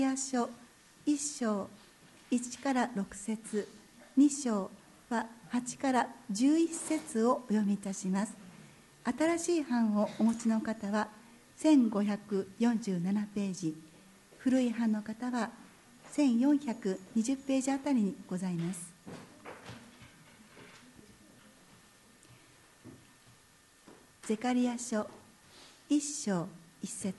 ヤ書1章1から6節、2章は8から11節をお読みいたします。新しい版をお持ちの方は1547ページ、古い版の方は1420ページあたりにございます。ゼカリヤ書1章1節、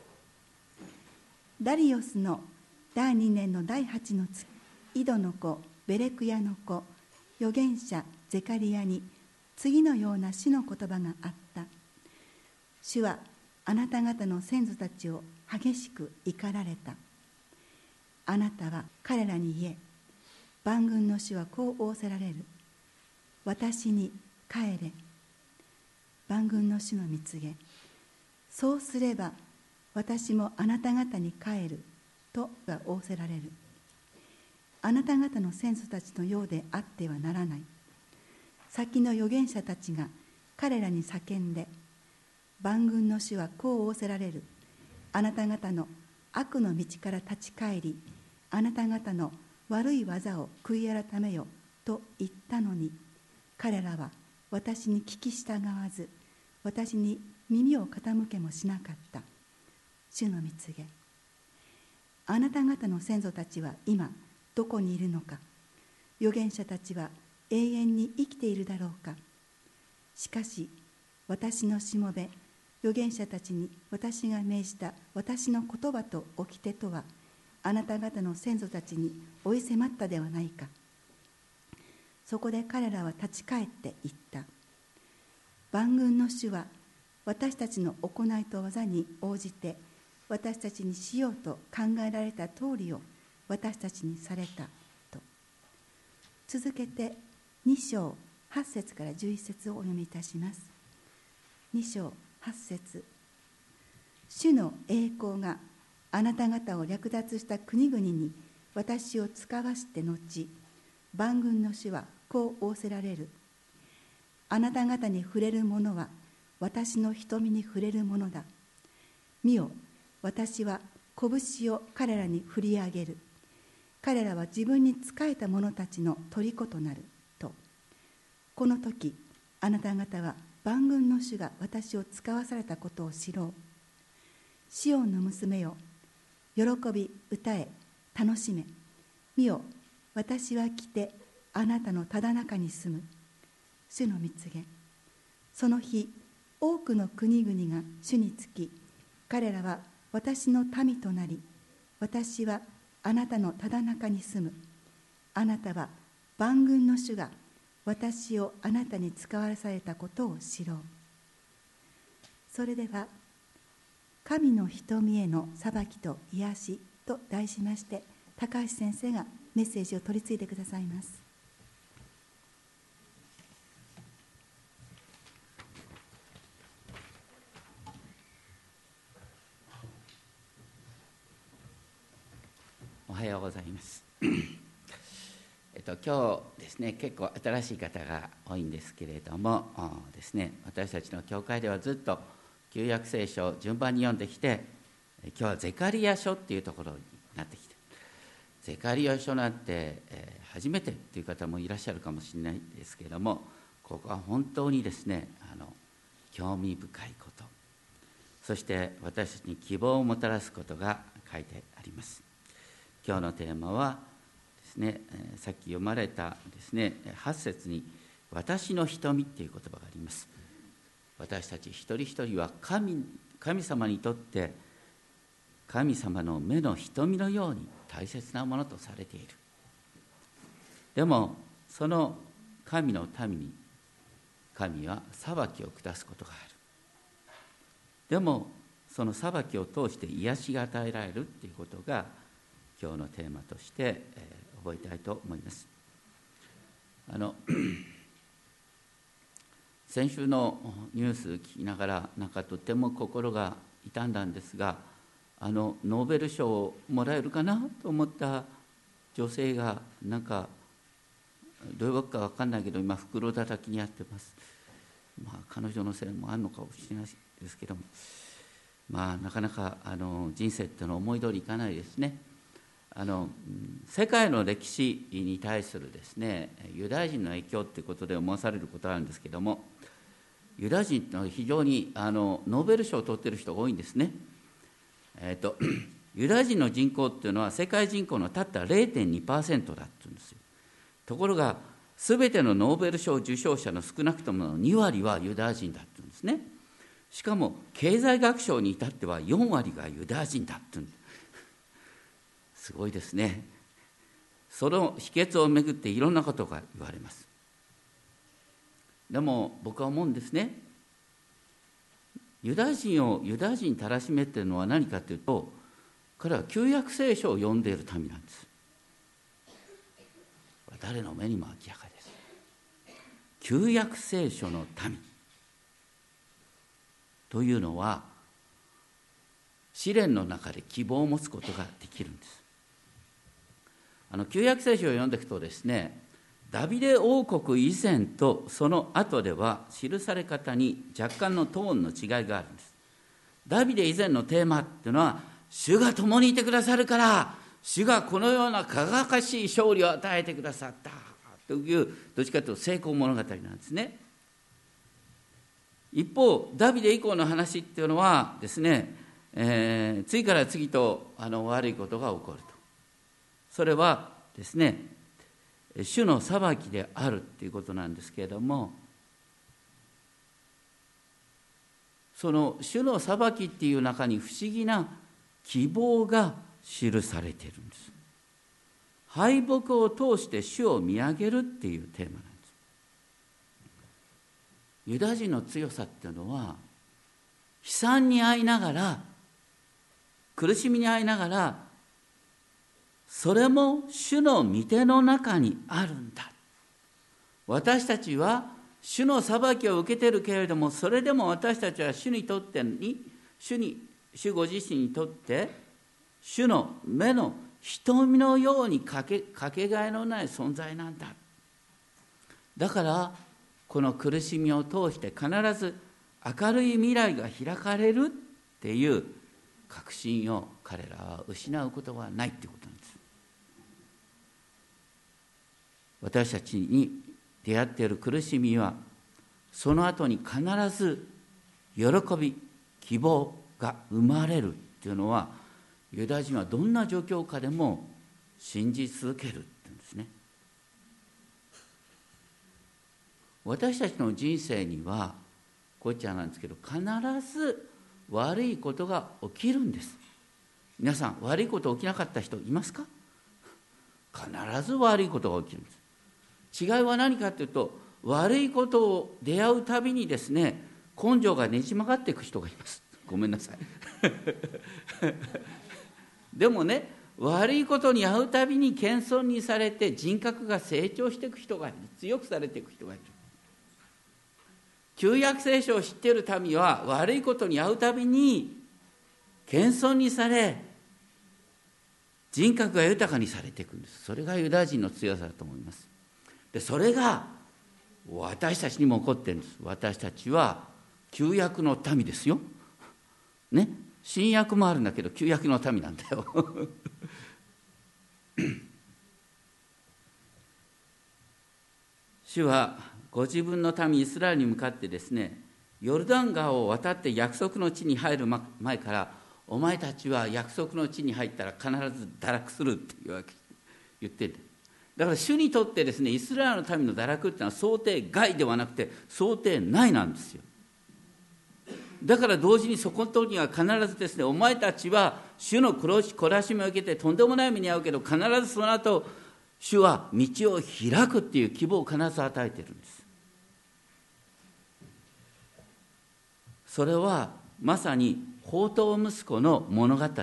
ダリオスの第2年の第8の月、イドの子ベレクヤの子預言者ゼカリヤに次のような主の言葉があった。主はあなた方の先祖たちを激しく怒られた。あなたは彼らに言え、万軍の主はこう仰せられる。私に帰れ。万軍の主の御告げ。そうすれば私もあなた方に帰るとは仰せられる。あなた方の先祖たちのようであってはならない。先の預言者たちが彼らに叫んで、万軍の主はこう仰せられる。あなた方の悪の道から立ち返り、あなた方の悪い技を悔い改めよと言ったのに、彼らは私に聞き従わず、私に耳を傾けもしなかった。主の御告げ。あなた方の先祖たちは今どこにいるのか。預言者たちは永遠に生きているだろうか。しかし私のしもべ預言者たちに私が命じた私の言葉と掟とは、あなた方の先祖たちに追い迫ったではないか。そこで彼らは立ち返って言った。万軍の主は私たちの行いと技に応じて私たちにしようと考えられた通りを私たちにされたと。続けて2章8節から11節をお読みいたします。2章8節、主の栄光があなた方を略奪した国々に私を使わして後、万軍の主はこう仰せられる。あなた方に触れるものは私の瞳に触れるものだ。見よ、私は拳を彼らに振り上げる。彼らは自分に仕えた者たちの虜となると。この時あなた方は万軍の主が私を使わされたことを知ろう。シオンの娘よ、喜び歌え、楽しめ。見よ、私は来てあなたのただ中に住む。主の御告げ。その日、多くの国々が主につき、彼らは私の民となり、私はあなたのただ中に住む。あなたは万軍の主が私をあなたに使わされたことを知ろう。それでは、神の瞳への裁きと癒しと題しまして、高橋先生がメッセージを取り次いでくださいます。 おはようございます。今日ですね、結構新しい方が多いんですけれどもですね、私たちの教会ではずっと旧約聖書を順番に読んできて、今日はゼカリヤ書っていうところになってきて、ゼカリヤ書なんて、初めてっていう方もいらっしゃるかもしれないですけれども、ここは本当にですね、興味深いこと、そして私たちに希望をもたらすことが書いてあります。今日のテーマはですね、さっき読まれたですね、8節に私の瞳っていう言葉があります。私たち一人一人は神様にとって神様の目の瞳のように大切なものとされている。でもその神の民に神は裁きを下すことがある。でもその裁きを通して癒しが与えられるっていうことが今日のテーマとして、覚えたいと思います。先週のニュース聞きながらとても心が痛んだんですが、ノーベル賞をもらえるかなと思った女性がどういうわけか分かんないけど今袋叩きにやってます。彼女のせいもあるのかもしれないですけども、なかなか人生ってのは思い通りいかないですね。 世界の歴史に対するですねユダヤ人の影響ということで思わされることがあるんですけども、ユダヤ人というのは非常にノーベル賞を取っている人が多いんですね。ユダヤ人の人口っていうのは世界人口のたった 0.2% だっていうんですよ。ところがすべてのノーベル賞受賞者の少なくとも2割はユダヤ人だっていうんですね。しかも経済学賞に至っては4割がユダヤ人だっていうんです。すごいですね。その秘訣をめぐっていろんなことが言われます。でも僕は思うんですね。ユダヤ人をユダヤ人にたらしめているのは何かというと、彼は旧約聖書を読んでいる民なんです。誰の目にも明らかです。旧約聖書の民というのは試練の中で希望を持つことができるんです。旧約聖書を読んでいくとですね、ダビデ王国以前とその後では記され方に若干のトーンの違いがあるんです。ダビデ以前のテーマっていうのは、主が共にいてくださるから主がこのような輝かしい勝利を与えてくださったという、どっちかというと成功物語なんですね。一方ダビデ以降の話っていうのはですね、次から次と悪いことが起こると。それはですね、主の裁きであるということなんですけれども、その主の裁きっていう中に不思議な希望が記されているんです。敗北を通して主を見上げるっていうテーマなんです。ユダヤ人の強さっていうのは、悲惨に遭いながら、苦しみに遭いながら、それも主の御手の中にあるんだ。私たちは主の裁きを受けているけれども、それでも私たちは主ご自身にとって主の目の瞳のようにかけがえのない存在なんだ。だからこの苦しみを通して必ず明るい未来が開かれるっていう確信を彼らは失うことはないっていうことなんです。私たちに出会っている苦しみは、その後に必ず喜び、希望が生まれるっていうのは、ユダヤ人はどんな状況下でも信じ続けるっていうんですね。私たちの人生にはこう言っちゃなんですけど、必ず悪いことが起きるんです。皆さん、悪いこと起きなかった人いますか？必ず悪いことが起きるんです。違いは何かというと、悪いことを出会うたびにですね、根性がねじ曲がっていく人がいます。ごめんなさいでもね、悪いことに遭うたびに謙遜にされて人格が成長していく人がいる。強くされていく人がいる。旧約聖書を知っている民は悪いことに遭うたびに謙遜にされ、人格が豊かにされていくんです。それがユダヤ人の強さだと思います。でそれが私たちにも起こっているんです。私たちは旧約の民ですよ、ね、新約もあるんだけど旧約の民なんだよ主はご自分の民イスラエルに向かってですね、ヨルダン川を渡って約束の地に入る前から、お前たちは約束の地に入ったら必ず堕落するって言っている。だから主にとってですね、イスラエルの民の堕落っていうのは想定外ではなくて想定内なんですよ。だから同時にそこの時には必ずですね、お前たちは主の懲らしめを受けてとんでもない目に遭うけど、必ずその後主は道を開くっていう希望を必ず与えているんです。それはまさに放蕩息子の物語なんです。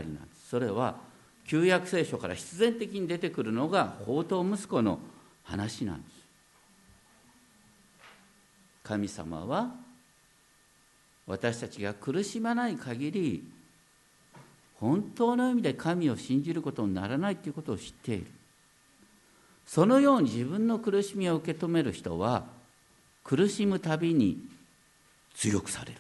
それは旧約聖書から必然的に出てくるのが放蕩息子の話なんです。神様は私たちが苦しまない限り、本当の意味で神を信じることにならないということを知っている。そのように自分の苦しみを受け止める人は、苦しむたびに強くされる。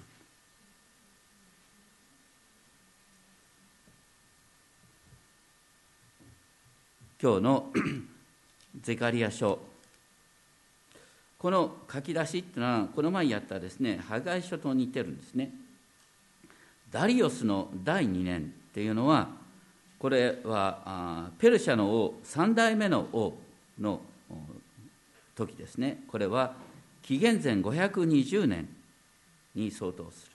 今日のゼカリア書、この書き出しっていうのはこの前やったですねハガイ書と似てるんですね。ダリオスの第2年っていうのは、これはペルシャの王3代目の王の時ですね。これは紀元前520年に相当する。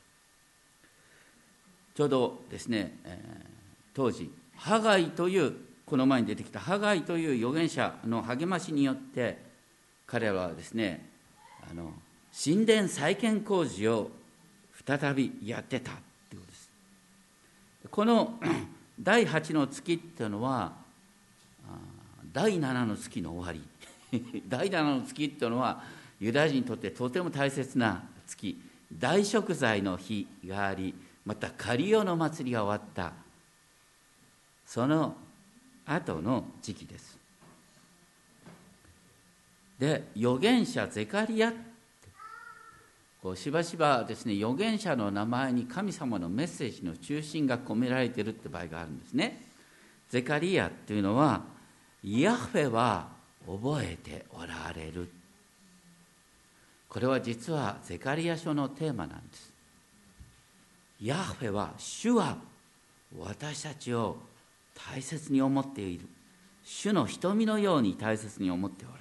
ちょうどですね、当時ハガイという、この前に出てきたハガイという預言者の励ましによって彼らはですね、神殿再建工事を再びやってたということです。この第8の月っていうのは第7の月の終わり第7の月っていうのはユダヤ人にとってとても大切な月、大贖罪の日があり、またカリオの祭りが終わったその後の時期です。で、預言者ゼカリアってこうしばしばですね、預言者の名前に神様のメッセージの中心が込められているって場合があるんですね。ゼカリアっていうのは、ヤフェは覚えておられる。これは実はゼカリア書のテーマなんです。ヤフェは、主は私たちを大切に思っている。主の瞳のように大切に思っておられる。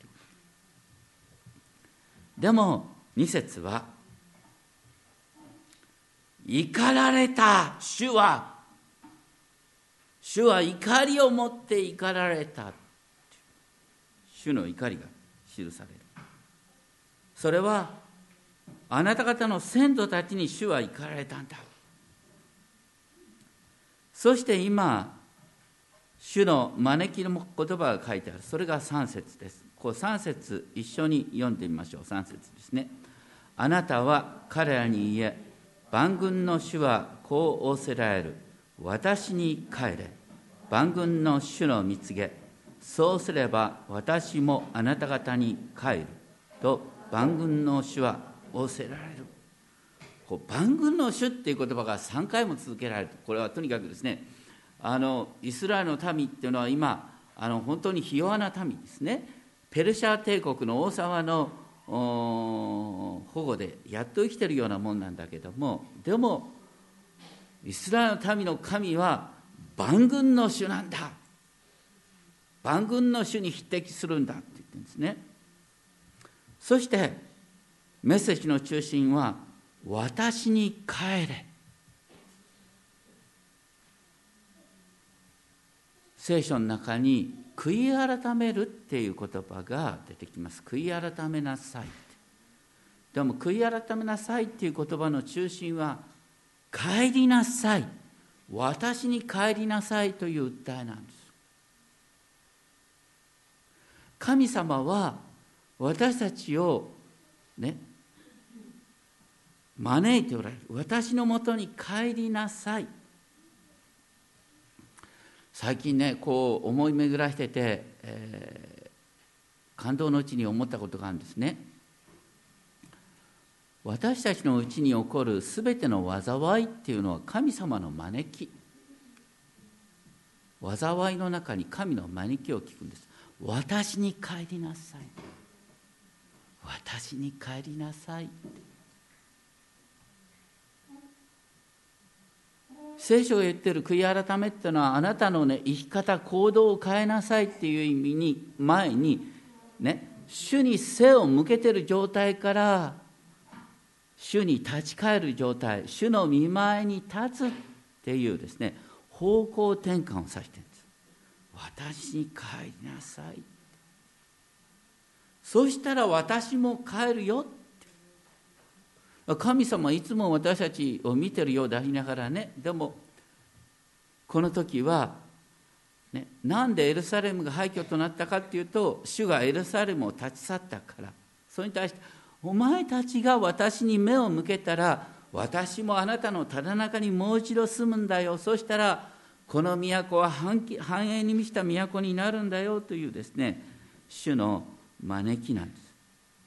でも2節は、怒られた主は怒りを持って怒られた。主の怒りが記される。それはあなた方の先祖たちに主は怒られたんだ。そして今主の招きの言葉が書いてある。それが3節です。こう3節一緒に読んでみましょう。3節ですね。あなたは彼らに言え、万軍の主はこう仰せられる。私に帰れ。万軍の主の御告げ。そうすれば私もあなた方に帰る。と万軍の主は仰せられる。こう万軍の主っていう言葉が3回も続けられる。これはとにかくですね、イスラエルの民っていうのは今本当にひ弱な民ですね。ペルシャ帝国の王様の保護でやっと生きてるようなもんなんだけども、でもイスラエルの民の神は万軍の主なんだ、万軍の主に匹敵するんだって言ってるんですね。そしてメッセージの中心は、私に帰れ。聖書の中に悔い改めるっていう言葉が出てきます。悔い改めなさい。でも悔い改めなさいっていう言葉の中心は、帰りなさい、私に帰りなさいという訴えなんです。神様は私たちをね、招いておられる。私のもとに帰りなさい。最近ね、こう思い巡らしてて、感動のうちに思ったことがあるんですね。私たちのうちに起こるすべての災いっていうのは神様の招き。災いの中に神の招きを聞くんです。私に帰りなさい。私に帰りなさい。聖書が言ってる悔い改めっていうのは、あなたのね、生き方、行動を変えなさいっていう意味に、前にね、主に背を向けてる状態から主に立ち返る状態、主の御前に立つっていうですね、方向転換を指してるんです。私に帰りなさい。そしたら私も帰るよ。神様はいつも私たちを見てるようでありながらね、でもこの時は、ね、なんでエルサレムが廃墟となったかっていうと、主がエルサレムを立ち去ったから。それに対して、お前たちが私に目を向けたら、私もあなたのただ中にもう一度住むんだよ。そしたらこの都は繁栄に満ちた都になるんだよというですね、主の招きなんです。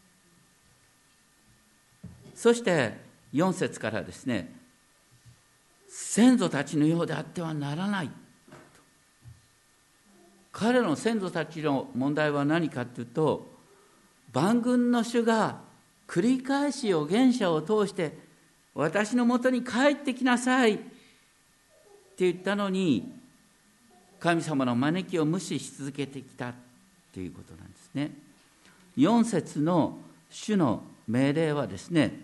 そして4節からですね、先祖たちのようであってはならない。 彼の先祖たちの問題は何かというと、万軍の主が繰り返し預言者を通して私のもとに帰ってきなさいって言ったのに、神様の招きを無視し続けてきたということなんですね。4節の主の命令はですね、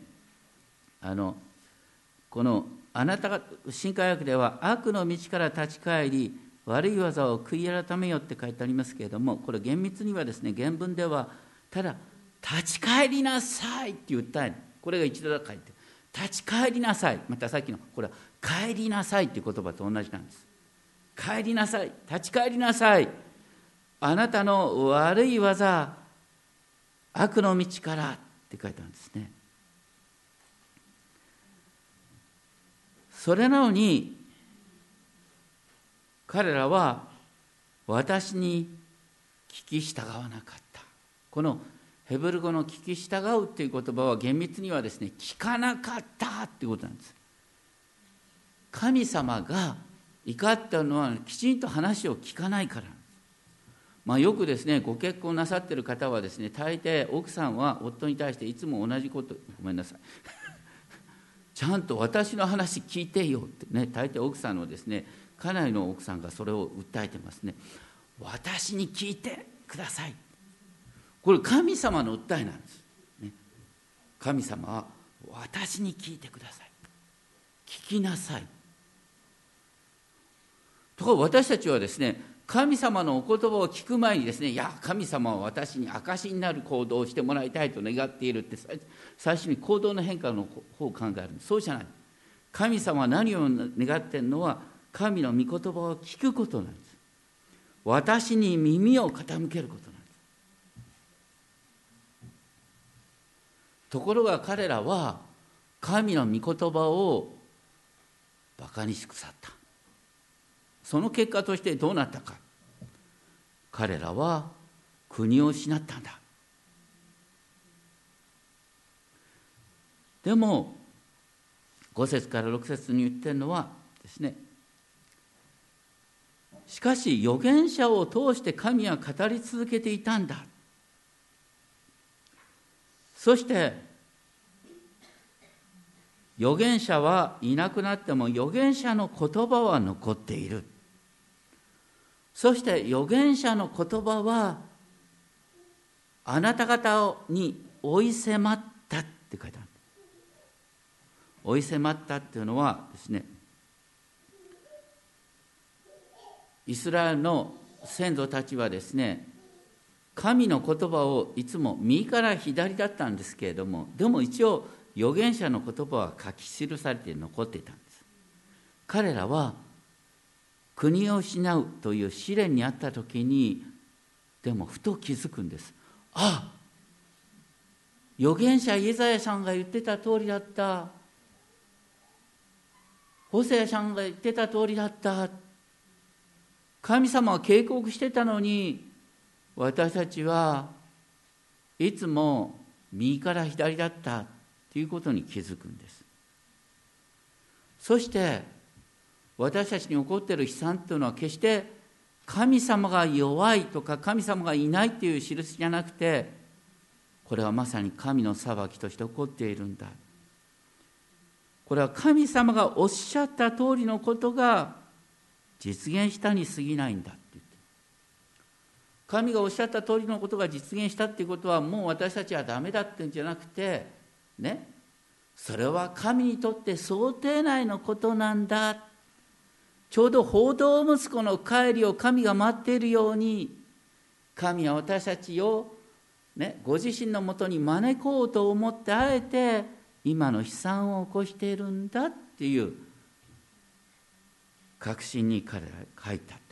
このあなたが新海訳では悪の道から立ち返り悪い技を悔い改めよって書いてありますけれども、これ厳密にはですね、原文ではただ立ち返りなさいって言ったん、これが一度だけ書いて、立ち返りなさい、またさっきのこれは帰りなさいっていう言葉と同じなんです。帰りなさい、立ち返りなさい、あなたの悪い技、悪の道からって書いてあるんですね。それなのに彼らは私に聞き従わなかった。このヘブル語の聞き従うっていう言葉は厳密にはですね、聞かなかったっていうことなんです。神様が怒ったのはきちんと話を聞かないから。よくですね、ご結婚なさっている方はですね、大抵奥さんは夫に対していつも同じこと、ごめんなさいちゃんと私の話聞いてよってね、大抵奥さんのですね、家内の奥さんがそれを訴えてますね。私に聞いてください。これ神様の訴えなんです、ね、神様は私に聞いてください、聞きなさい。ところが私たちはですね、神様のお言葉を聞く前にですね、いや神様は私に証になる行動をしてもらいたいと願っているって最初に行動の変化の方を考える。そうじゃない。神様は何を願っているのは、神の御言葉を聞くことなんです。私に耳を傾けることなんです。ところが彼らは神の御言葉をバカにし腐った。その結果としてどうなったか。彼らは国を失ったんだ。でも5節から6節に言ってるのはですね、しかし預言者を通して神は語り続けていたんだ。そして預言者はいなくなっても預言者の言葉は残っている。そして預言者の言葉はあなた方に追い迫ったって書いてある。追い迫ったっていうのはですね、イスラエルの先祖たちはですね、神の言葉をいつも右から左だったんですけれども、でも一応預言者の言葉は書き記されて残っていたんです。彼らは国を失うという試練にあった時に、でもふと気づくんです。あ、預言者イザヤさんが言ってた通りだった、ホセアさんが言ってた通りだった、神様は警告してたのに私たちはいつも右から左だったということに気づくんです。そして私たちに起こっている悲惨というのは決して神様が弱いとか神様がいないという印じゃなくて、これはまさに神の裁きとして起こっているんだ。これは神様がおっしゃった通りのことが実現したに過ぎないんだって言って、神がおっしゃった通りのことが実現したっていうことはもう私たちはダメだっていうんじゃなくてね、それは神にとって想定内のことなんだ。ちょうど報道息子の帰りを神が待っているように、神は私たちを、ご自身のもとに招こうと思ってあえて今の悲惨を起こしているんだっていう確信に彼らが書いたって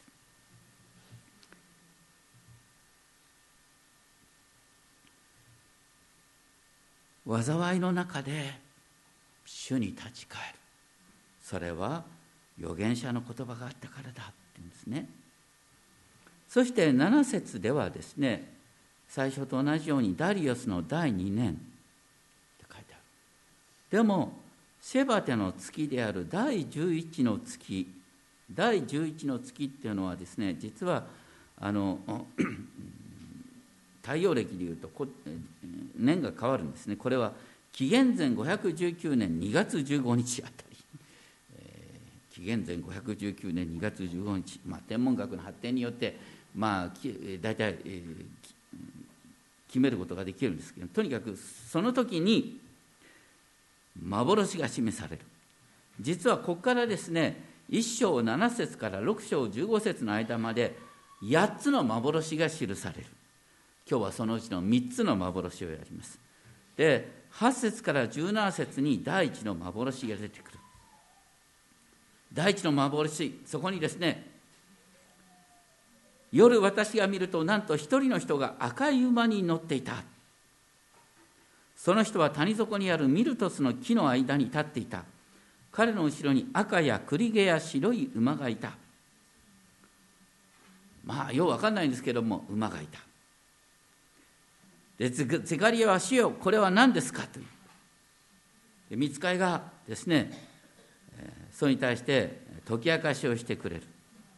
ことなんです。災いの中で主に立ち返る。それは預言者の言葉があったからだって言うんですね。そして7節ではですね、最初と同じようにダリオスの第2年って書いてある。でもシェバテの月である第11の月っていうのはですね、実は太陽暦でいうと年が変わるんですね。これは紀元前519年2月15日あたり、紀元前519年2月15日、天文学の発展によって大体、決めることができるんですけど、とにかくその時に幻が示される。実はここからですね、1章7節から6章15節の間まで8つの幻が記される。今日はそのうちの3つの幻をやります。で、8節から17節に第一の幻が出てくる。第一の幻、そこにですね、夜私が見ると、なんと一人の人が赤い馬に乗っていた。その人は谷底にあるミルトスの木の間に立っていた。彼の後ろに赤や栗毛や白い馬がいた。ようわかんないんですけども、馬がいた。で、ゼカリヤは、主よ、これは何ですかという。で、御使いがですね、それに対して解き明かしをしてくれる。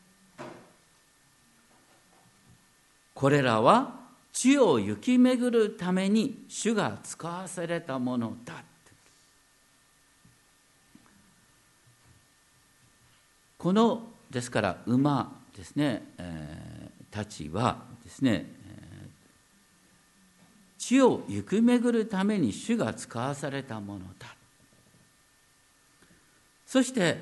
これらは地を行き巡るために主が使わされたものだ。このですから馬ですね、たちはですね、地を行き巡るために主が使わされたものだ。そして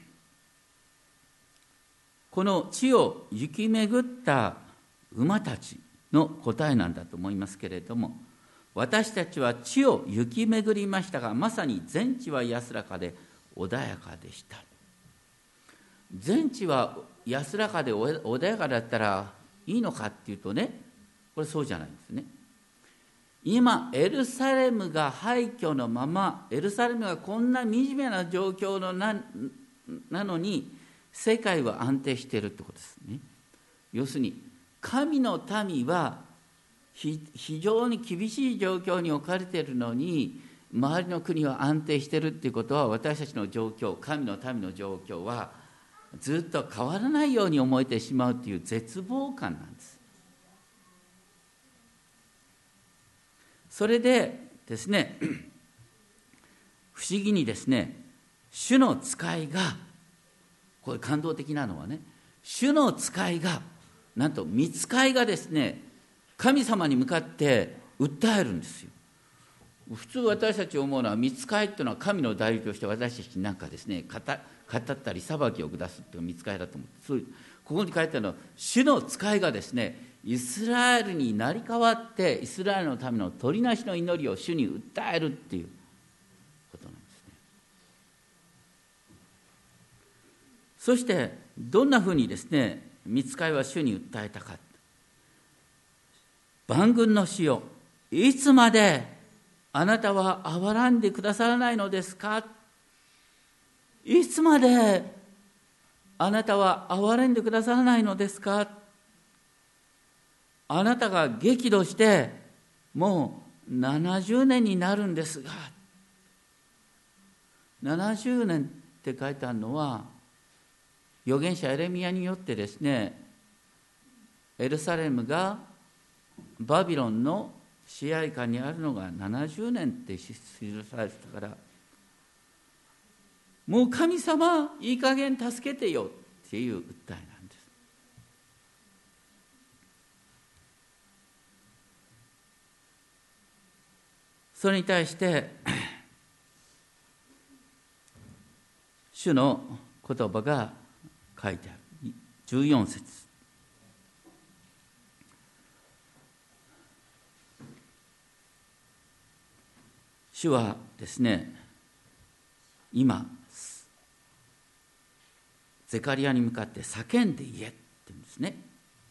この地を行き巡った馬たちの答えなんだと思いますけれども、私たちは地を行き巡りましたが、まさに全地は安らかで穏やかでした。全地は安らかで穏やかだったらいいのかっていうとね、これそうじゃないんですね。今エルサレムが廃墟のまま、エルサレムがこんな惨めな状況の なのに世界は安定しているってことですね。要するに神の民は非常に厳しい状況に置かれているのに、周りの国は安定しているっていうことは、私たちの状況、神の民の状況はずっと変わらないように思えてしまうという絶望感なんです。それでですね、不思議にですね、主の使いが、これ感動的なのはね、主の使いが、なんと御使いがですね、神様に向かって訴えるんですよ。普通私たち思うのは、御使いっていうのは神の代理として私たちになんかですね、語ったり裁きを下すっていうのが御使いだと思って、そういうここに書いてあるのは、主の使いがですね、イスラエルに成り代わってイスラエルのための取りなしの祈りを主に訴えるっていうことなんですね。そしてどんなふうにですね、御使いは主に訴えたか。万軍の主よ、いつまであなたは憐らんでくださらないのですか。いつまであなたは憐れんでくださらないのですか。あなたが激怒してもう70年になるんですが、70年って書いてあるのは、預言者エレミヤによってですね、エルサレムがバビロンの支配下にあるのが70年って記されてたから、もう神様いい加減助けてよっていう訴えなんです。それに対して主の言葉が書いてある。14節。主はですね、今ゼカリヤに向かって叫んで言えって言うんですね。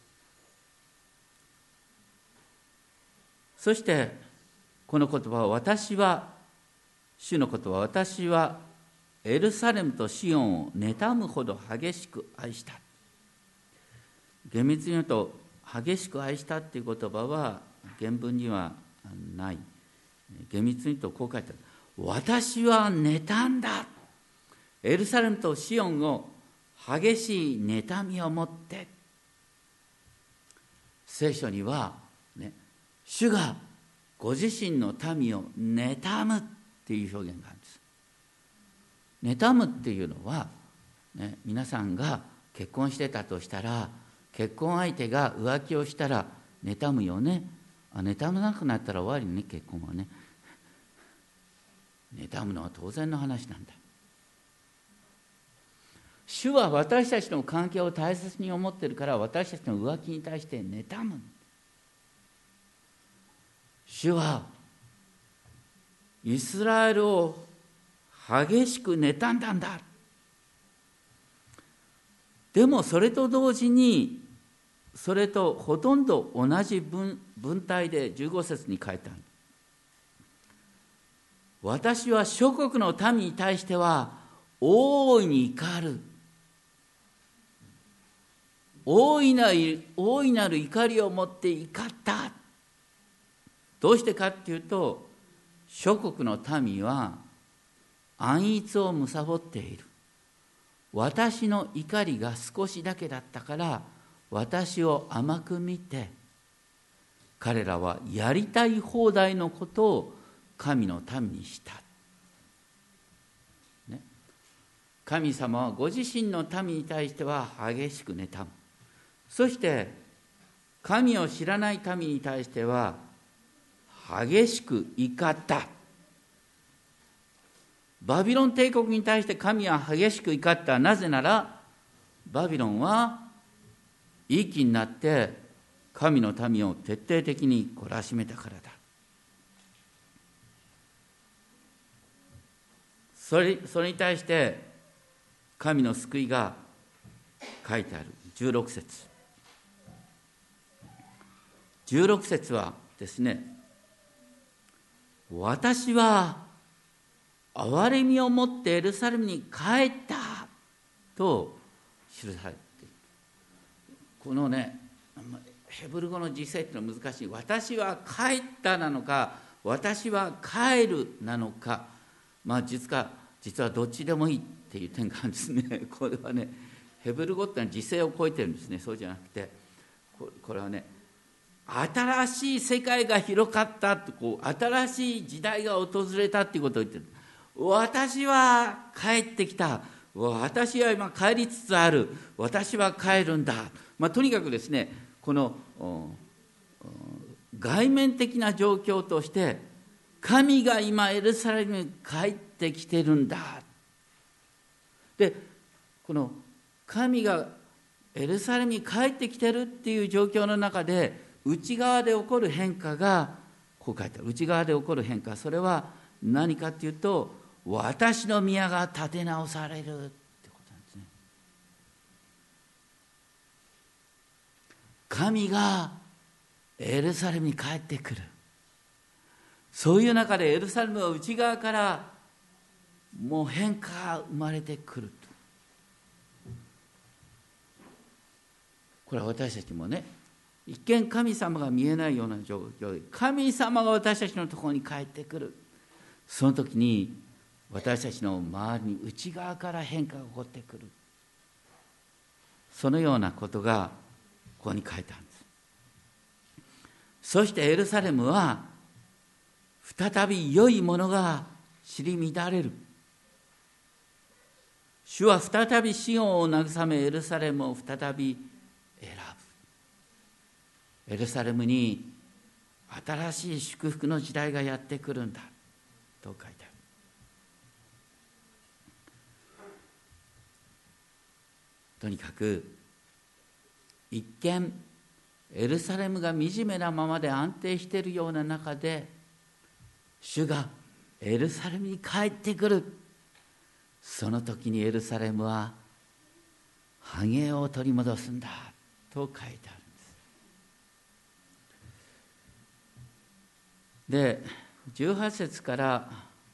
そしてこの言葉は、主の言葉は、私はエルサレムとシオンを妬むほど激しく愛した。厳密に言うと、激しく愛したっていう言葉は原文にはない。厳密に言うとこう書いてある。私は妬んだ。エルサレムとシオンを激しい妬みを持って。 聖書には、ね、主がご自身の民を妬むっていう表現があるんです。妬むっていうのは、ね、皆さんが結婚してたとしたら、結婚相手が浮気をしたら妬むよね。妬まなくなったら終わりね、結婚はね。妬むのは当然の話なんだ。主は私たちの関係を大切に思っているから、私たちの浮気に対して妬む。主はイスラエルを激しく妬んだんだ。でもそれと同時に、それとほとんど同じ文体で15節に書いてある。私は諸国の民に対しては大いに怒る。大いなる怒りを持って怒った。どうしてかっていうと、諸国の民は安逸を貪っている。私の怒りが少しだけだったから、私を甘く見て、彼らはやりたい放題のことを神の民にした。ね、神様はご自身の民に対しては激しく妬む。そして神を知らない民に対しては激しく怒った。バビロン帝国に対して神は激しく怒った。なぜならバビロンはいい気になって神の民を徹底的に懲らしめたからだ。それに対して神の救いが書いてある。16節。16節はですね、私は憐れみを持ってエルサレムに帰ったと記されている。このね、ヘブル語の実勢っていうのは難しい。私は帰ったなのか、私は帰るなのか、実はどっちでもいいっていう点があるんですね。これはね、ヘブル語ってのは時勢を超えてるんですね。そうじゃなくて、これはね、新しい世界が広かったと、新しい時代が訪れたっていうことを言ってる。私は帰ってきた。私は今帰りつつある。私は帰るんだ。とにかくですね、この外面的な状況として、神が今エルサレムに帰ってきてるんだ。で、この神がエルサレムに帰ってきてるっていう状況の中で、内側で起こる変化がこう書いてある。内側で起こる変化、それは何かっていうと、私の宮が建て直されるってことなんですね。神がエルサレムに帰ってくる。そういう中でエルサレムは内側からもう変化が生まれてくると。これは私たちもね、一見神様が見えないような状況で、神様が私たちのところに帰ってくる。その時に私たちの周りに内側から変化が起こってくる。そのようなことがここに書いてあるんです。そしてエルサレムは再び良いものが散り乱れる。主は再びシオンを慰め、エルサレムを再び選ぶ。エルサレムに新しい祝福の時代がやってくるんだと書いてある。とにかく一見エルサレムが惨めなままで安定しているような中で、主がエルサレムに帰ってくる。その時にエルサレムは繁栄を取り戻すんだと書いてあるんです。で、18節から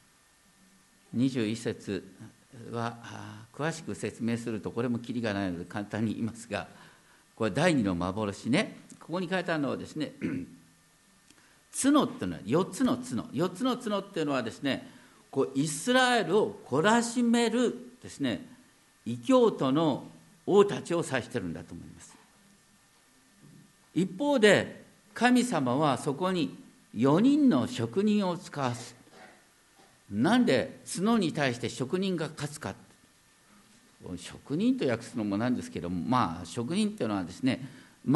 21節は詳しく説明するとこれもキリがないので簡単に言いますが、これ第二の幻ね。ここに書いてあるのはですね、角っていうのは4つの角っていうのはですね、イスラエルを懲らしめるですね、異教徒の王たちを指してるんだと思います。 一方で神様はそこに4人の職人を使わす。なんで角に対して職人が勝つか。職人と訳すのもなんですけども、職人っていうのはですね、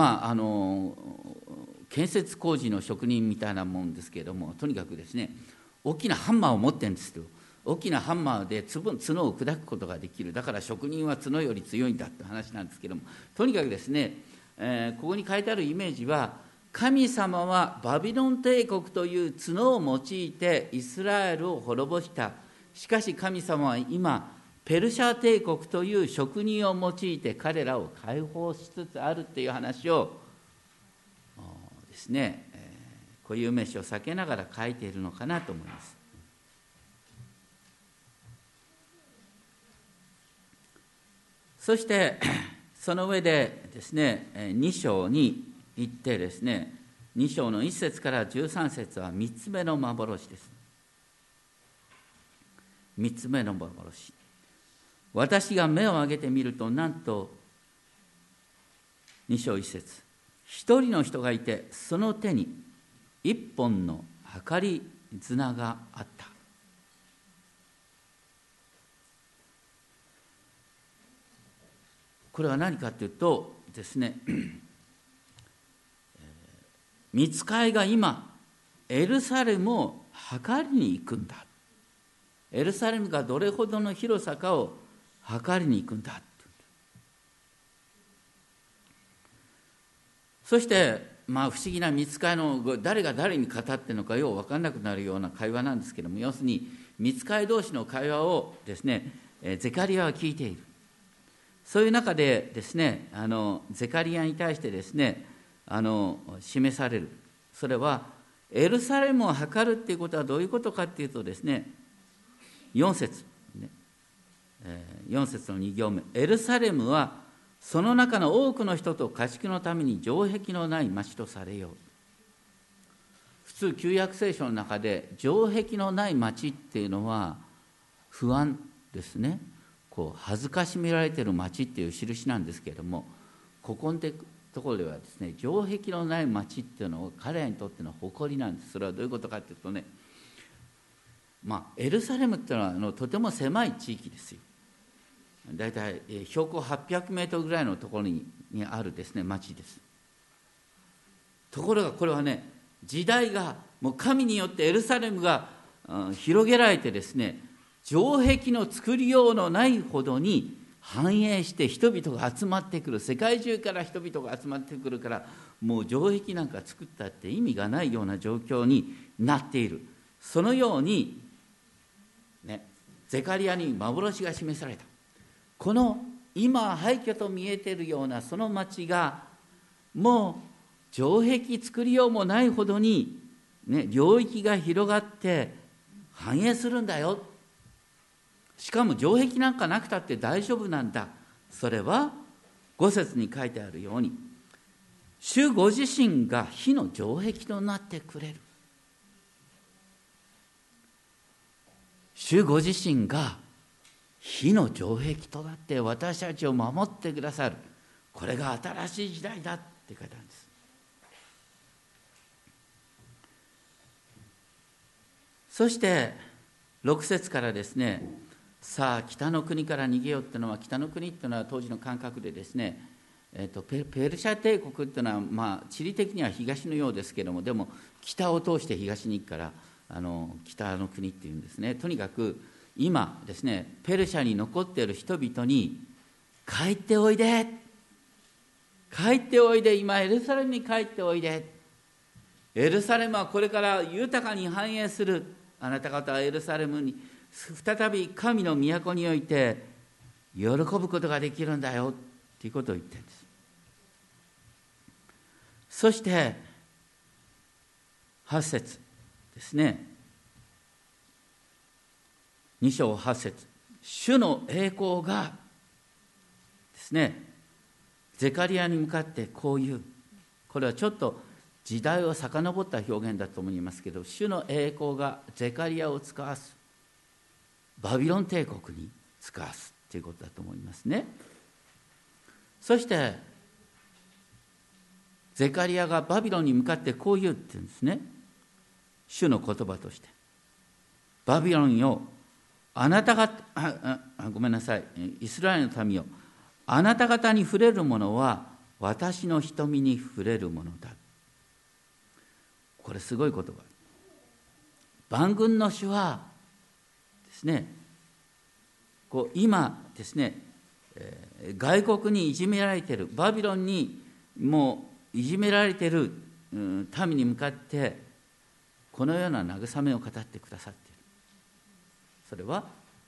建設工事の職人みたいなもんですけれども、とにかくですね、大きなハンマーを持ってるんですよ。大きなハンマーで角を砕くことができる。だから職人は角より強いんだって話なんですけども、とにかくですね、ここに書いてあるイメージは、神様はバビロン帝国という角を用いてイスラエルを滅ぼした。しかし神様は今ペルシャ帝国という職人を用いて彼らを解放しつつあるっていう話をですね、固有名詞を避けながら書いているのかなと思います。そしてその上でですね、2章に行ってですね、2章の1節から13節は3つ目の幻です。3つ目の幻。私が目を上げてみると、なんと2章1節、一人の人がいて、その手に一本の計り綱があった。これは何かというとですね、御使いが今エルサレムを測りに行くんだ。エルサレムがどれほどの広さかを測りに行くんだ。そして不思議な御使いの誰が誰に語ってるのかよう分からなくなるような会話なんですけども、要するに御使い同士の会話をですね、ゼカリヤは聞いている。そういう中でですね、ゼカリヤに対してですね、示される。それはエルサレムを測るっていうことはどういうことかっていうとですね、4節4節の2行目、エルサレムはその中の多くの人と家畜のために城壁のない町とされよう。普通旧約聖書の中で城壁のない町っていうのは不安ですね。恥ずかしめられている町っていう印なんですけれども、ここのところではですね、城壁のない町っていうのを彼らにとっての誇りなんです。それはどういうことかっていうとね、エルサレムっていうのはとても狭い地域ですよ。だいたい標高800メートルぐらいのところにあるですね、町です。ところがこれはね、時代がもう神によってエルサレムが広げられてですね、城壁の作りようのないほどに繁栄して人々が集まってくる。世界中から人々が集まってくるから、もう城壁なんか作ったって意味がないような状況になっている。そのようにね、ゼカリヤに幻が示された。この今廃墟と見えているようなその町がもう城壁作りようもないほどに、領域が広がって繁栄するんだよ。しかも城壁なんかなくたって大丈夫なんだ。それは5節に書いてあるように、主ご自身が火の城壁となってくれる。主ご自身が火の城壁となって私たちを守ってくださる。これが新しい時代だって書いてあるんです。そして6節からですね、さあ北の国から逃げようっていうのは、北の国っていうのは当時の感覚でですね、ペルシャ帝国っていうのは、地理的には東のようですけども、でも北を通して東に行くから北の国っていうんですね。とにかく今ですね、ペルシャに残っている人々に帰っておいで、帰っておいで、今エルサレムに帰っておいで、エルサレムはこれから豊かに繁栄する。あなた方はエルサレムに再び神の都において喜ぶことができるんだよということを言ってるんです。そして8節ですね、2章8節、主の栄光がですね、ゼカリヤに向かってこういう、これはちょっと時代を遡った表現だと思いますけど、主の栄光がゼカリヤを使わす、バビロン帝国に使わすということだと思いますね。そしてゼカリヤがバビロンに向かってこう言うって言うんですね。主の言葉として。バビロンよ、あなた方、ごめんなさい、イスラエルの民よ、あなた方に触れるものは私の瞳に触れるものだ。これすごい言葉。万軍の主はですね、今ですね、外国にいじめられている、バビロンにもういじめられている民に向かってこのような慰めを語ってくださっている。それは、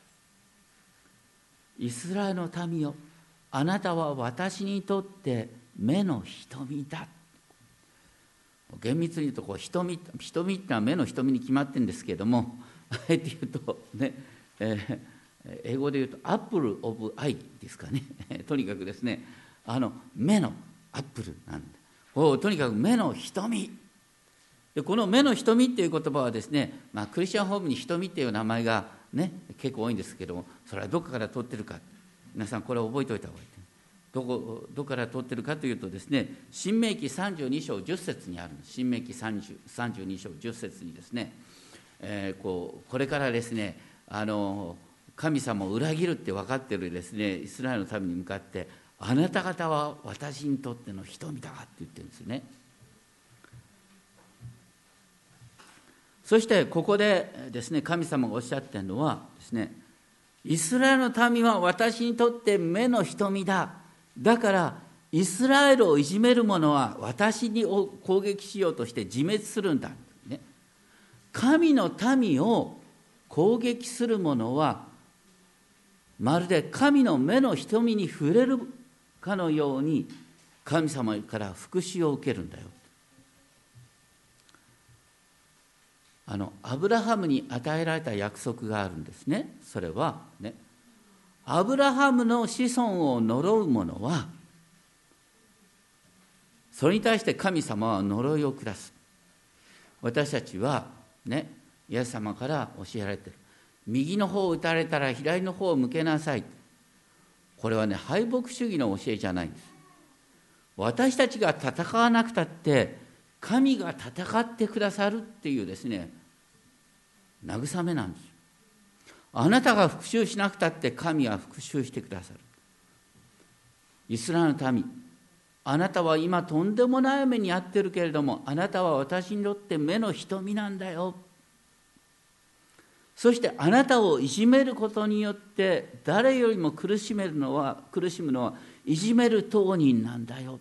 イスラエルの民よ、あなたは私にとって目の瞳だ。厳密に言うと瞳ってのは目の瞳に決まってるんですけれども、あえて言うとね、英語で言うとアップル・オブ・アイですかね。とにかくですね、目のアップルなんで、とにかく目の瞳で、この目の瞳っていう言葉はですね、クリスチャンホームに瞳っていう名前がね結構多いんですけども、それはどこから取ってるか、皆さんこれを覚えておいた方がいい。どこから取ってるかというとですね、申命記32章10節にあるんです。申命記32章10節にですね、これからですね、神様を裏切るって分かっているですね、イスラエルの民に向かって、あなた方は私にとっての瞳だって言ってるんですよね。そしてここでですね、神様がおっしゃっているのはですね、イスラエルの民は私にとって目の瞳だ。だからイスラエルをいじめる者は私に攻撃しようとして自滅するんだ、ね、神の民を攻撃する者はまるで神の目の瞳に触れるかのように神様から復讐を受けるんだよ。アブラハムに与えられた約束があるんですね。それはね、アブラハムの子孫を呪う者は、それに対して神様は呪いを下す。私たちはね、イエス様から教えられている。右の方を打たれたら左の方を向けなさい。これはね、敗北主義の教えじゃないんです。私たちが戦わなくたって神が戦ってくださるっていうですね、慰めなんです。あなたが復讐しなくたって神は復讐してくださる。イスラエルの民、あなたは今とんでもない目に遭ってるけれども、あなたは私にとって目の瞳なんだよ。そしてあなたをいじめることによって誰よりも苦しむのはいじめる当人なんだよ。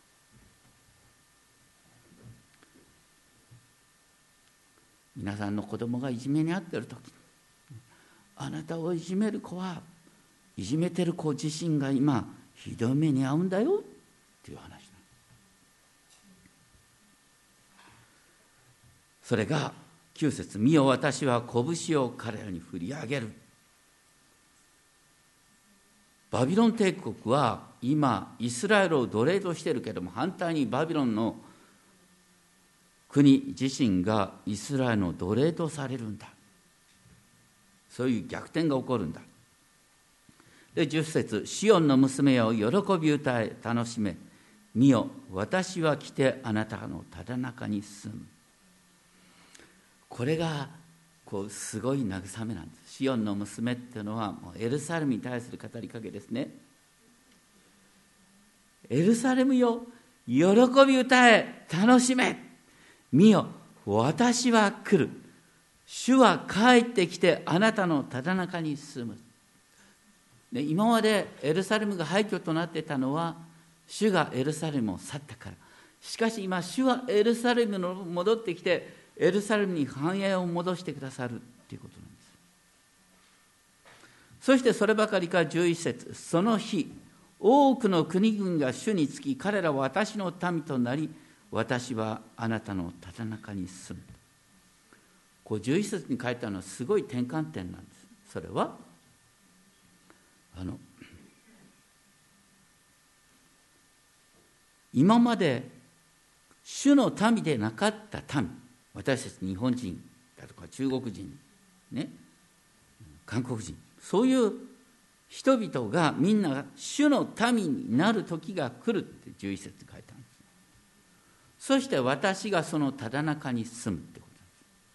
皆さんの子供がいじめに遭っているとき、あなたをいじめる子はいじめてる子自身が今ひどい目に遭うんだよっていう話。それが9節、見よ私は拳を彼らに振り上げる。バビロン帝国は今イスラエルを奴隷としているけれども、反対にバビロンの国自身がイスラエルの奴隷とされるんだ。そういう逆転が起こるんだ。で10節、シオンの娘よ喜び歌え楽しめ、見よ私は来てあなたのただ中に住む。これがすごい慰めなんです。シオンの娘っていうのはもうエルサレムに対する語りかけですね。エルサレムよ喜び歌え楽しめ、見よ私は来る、主は帰ってきてあなたのただ中に住む。で今までエルサレムが廃墟となっていたのは主がエルサレムを去ったから。しかし今主はエルサレムに戻ってきてエルサレムに繁栄を戻してくださるということなんです。そしてそればかりか11節、その日多くの国々が主につき彼らは私の民となり私はあなたのただ中に住む。11節に書いてあるのはすごい転換点なんです。それは今まで主の民でなかった民、私たち日本人だとか中国人、ね、韓国人、そういう人々がみんな主の民になる時が来るって11節に書いてあるんです。 そして私がそのただ中に住むってことです。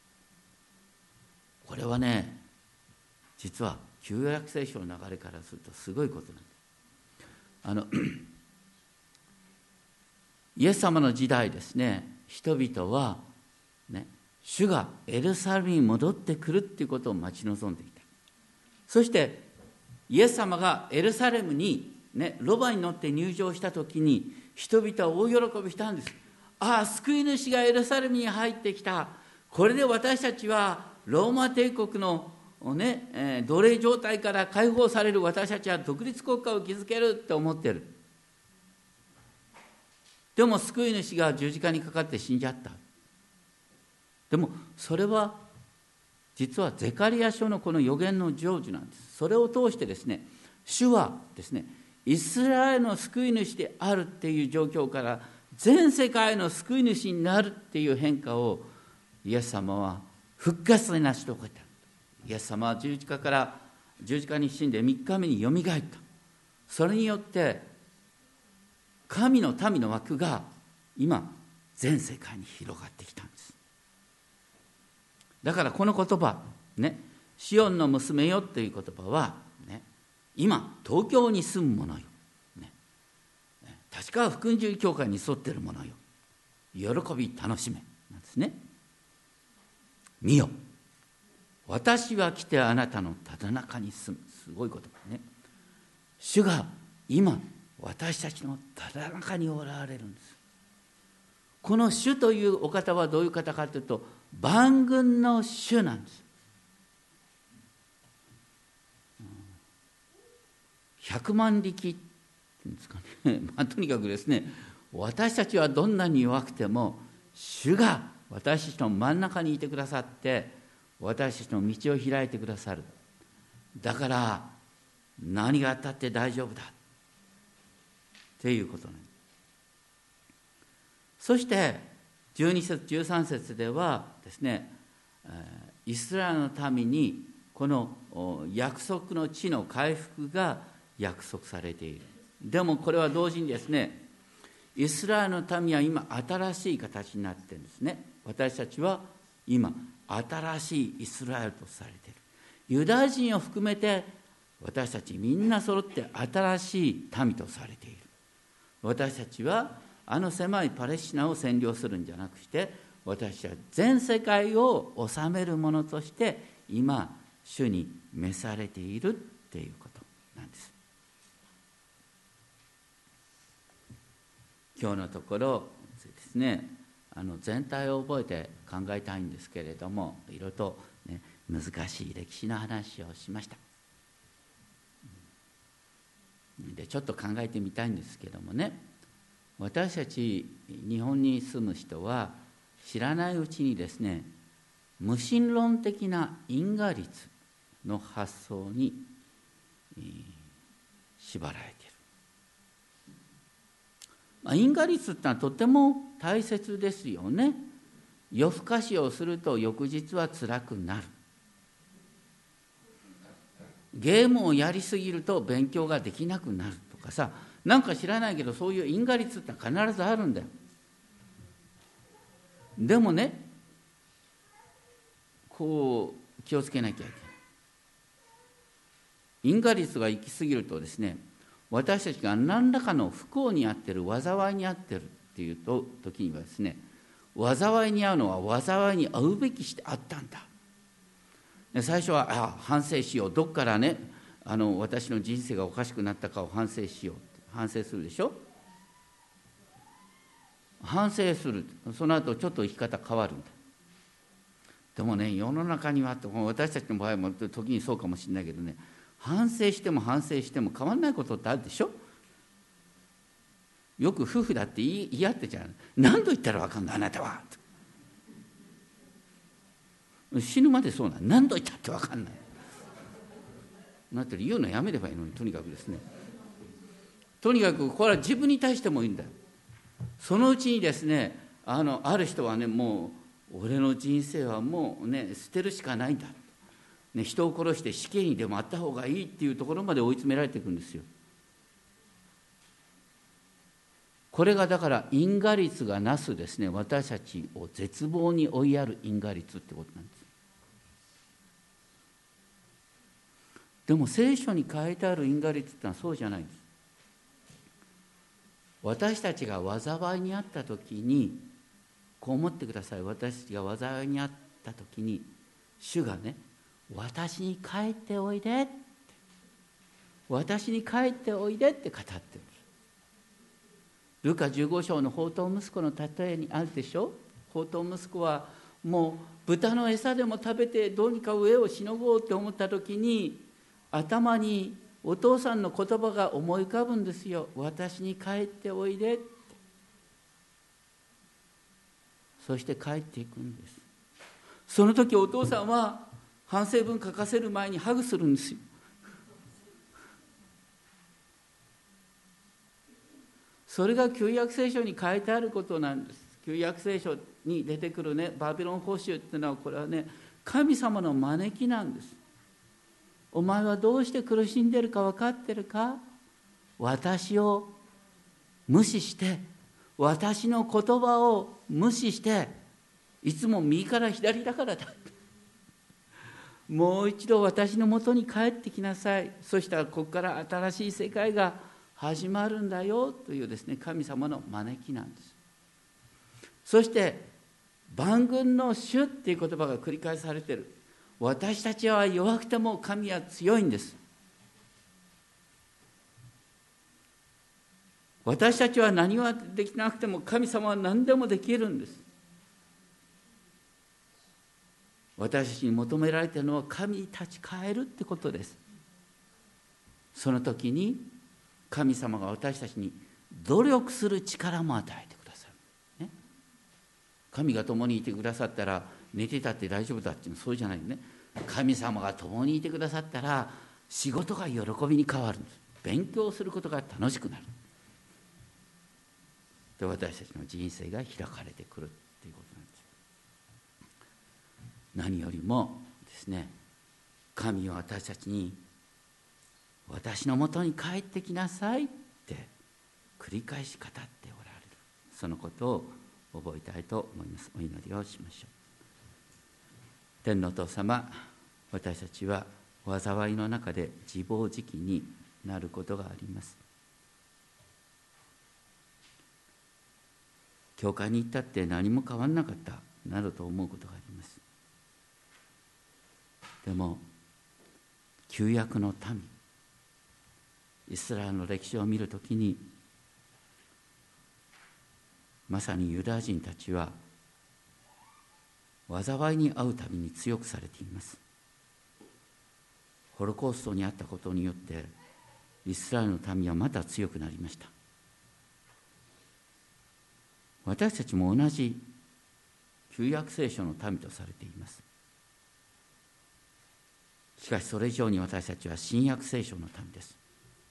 これはね、実は旧約聖書の流れからするとすごいことなんです。イエス様の時代ですね、人々はね、主がエルサレムに戻ってくるっていうことを待ち望んでいた。そしてイエス様がエルサレムに、ね、ロバに乗って入場したときに人々は大喜びしたんです。ああ、救い主がエルサレムに入ってきた。これで私たちはローマ帝国の、ね、奴隷状態から解放される。私たちは独立国家を築けるって思ってる。でも救い主が十字架にかかって死んじゃった。でもそれは実はゼカリヤ書のこの預言の成就なんです。それを通してですね、主はですね、イスラエルの救い主であるっていう状況から全世界の救い主になるっていう変化をイエス様は復活で成し遂げた。イエス様は十字架に死んで3日目によみがえった。それによって神の民の枠が今全世界に広がってきたんです。だからこの言葉ね、シオンの娘よという言葉は、ね、今東京に住む者よ、ね、立川福音獣教会に沿っている者よ、喜び楽しめなんですね。見よ、私は来てあなたのただ中に住む。すごい言葉ね。主が今私たちのただ中におられるんです。この主というお方はどういう方かというと、万軍の主なんです。100万力っていうんですかね、とにかくですね、私たちはどんなに弱くても主が私たちの真ん中にいてくださって、私たちの道を開いてくださる。だから何があったって大丈夫だっていうことなんです。そして12節13節ではですね、イスラエルの民にこの約束の地の回復が約束されている。でもこれは同時にですね、イスラエルの民は今新しい形になっているんですね。私たちは今新しいイスラエルとされている。ユダヤ人を含めて私たちみんな揃って新しい民とされている。私たちはあの狭いパレスチナを占領するんじゃなくして、私は全世界を治める者として今主に召されているっていうことなんです。今日のところですね、全体を覚えて考えたいんですけれども、いろいろと、ね、難しい歴史の話をしました。でちょっと考えてみたいんですけどもね、私たち日本に住む人は知らないうちにですね、無神論的な因果律の発想に縛られている。因果律ってのはとても大切ですよね。夜更かしをすると翌日は辛くなる。ゲームをやりすぎると勉強ができなくなるとかさ、なんか知らないけどそういう因果律って必ずあるんだよ。でもね、こう気をつけなきゃいけない。因果律が行き過ぎるとですね、私たちが何らかの不幸に遭ってる、災いに遭ってるっていう時にはですね、災いに遭うのは災いに遭うべきしてあったんだ。最初は反省しよう、どっからね私の人生がおかしくなったかを反省しようって反省するでしょ。反省する、その後ちょっと生き方変わるんだ。でもね、世の中には私たちの場合も時にそうかもしれないけどね、反省しても反省しても変わらないことってあるでしょ。よく夫婦だって言い合ってじゃん。何度言ったら分かんないあなたは。死ぬまでそうなの。何度言ったって分かんない。なって言うのやめればいいのに、とにかくですね。とにかくこれは自分に対してもいいんだよ。そのうちにですね、ある人はね、もう俺の人生はもうね捨てるしかないんだ、ね、人を殺して死刑にでもあった方がいいっていうところまで追い詰められていくんですよ。 これがだから因果律がなすですね、私たちを絶望に追いやる因果律ってことなんです。でも聖書に書いてある因果律ってのはそうじゃないんです。私たちが災いにあった時に、こう思ってください。私たちが災いにあった時に、主がね、私に帰っておいでって、私に帰っておいでって語ってる。ルカ15章の放蕩息子の例えにあるでしょ。放蕩息子はもう豚の餌でも食べてどうにか上をしのごうって思った時に、頭にお父さんの言葉が思い浮かぶんですよ。私に帰っておいでって。そして帰っていくんです。その時お父さんは反省文書かせる前にハグするんですよ。それが旧約聖書に書いてあることなんです。旧約聖書に出てくるね、バビロン捕囚っていうのは、これはね、神様の招きなんです。お前はどうして苦しんでるか分かってるか？私を無視して、私の言葉を無視して、いつも右から左だからだ。もう一度私のもとに帰ってきなさい。そしたらここから新しい世界が始まるんだよというですね、神様の招きなんです。そして万軍の主っていう言葉が繰り返されている。私たちは弱くても神は強いんです。私たちは何はできなくても神様は何でもできるんです。私たちに求められているのは神に立ち返るってことです。その時に神様が私たちに努力する力も与えてくださる、ね、神が共にいてくださったら寝てたって大丈夫だっていうのはそうじゃないね。神様が共にいてくださったら仕事が喜びに変わるんです。勉強することが楽しくなる。で、私たちの人生が開かれてくるっていうことなんです。何よりもですね、神は私たちに私のもとに帰ってきなさいって繰り返し語っておられる。そのことを覚えたいと思います。お祈りをしましょう。天のお父様、私たちは災いの中で自暴自棄になることがあります。教会に行ったって何も変わらなかったなどと思うことがあります。でも旧約の民、イスラエルの歴史を見るときに、まさにユダヤ人たちは災いに遭うたびに強くされています。ホロコーストにあったことによってイスラエルの民はまた強くなりました。私たちも同じ旧約聖書の民とされています。しかしそれ以上に私たちは新約聖書の民です。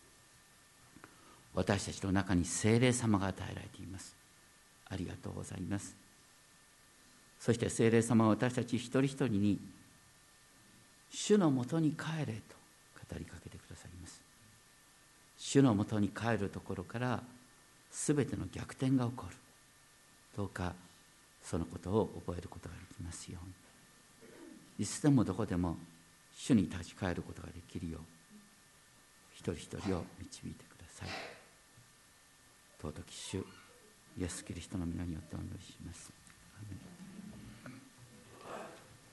私たちの中に聖霊様が与えられています。ありがとうございます。そして聖霊様は私たち一人一人に主のもとに帰れと語りかけてくださいます。主のもとに帰るところからすべての逆転が起こる。どうかそのことを覚えることができますように。いつでもどこでも主に立ち返ることができるよう、一人一人を導いてください。尊き主イエスキリストの皆によってお祈りします。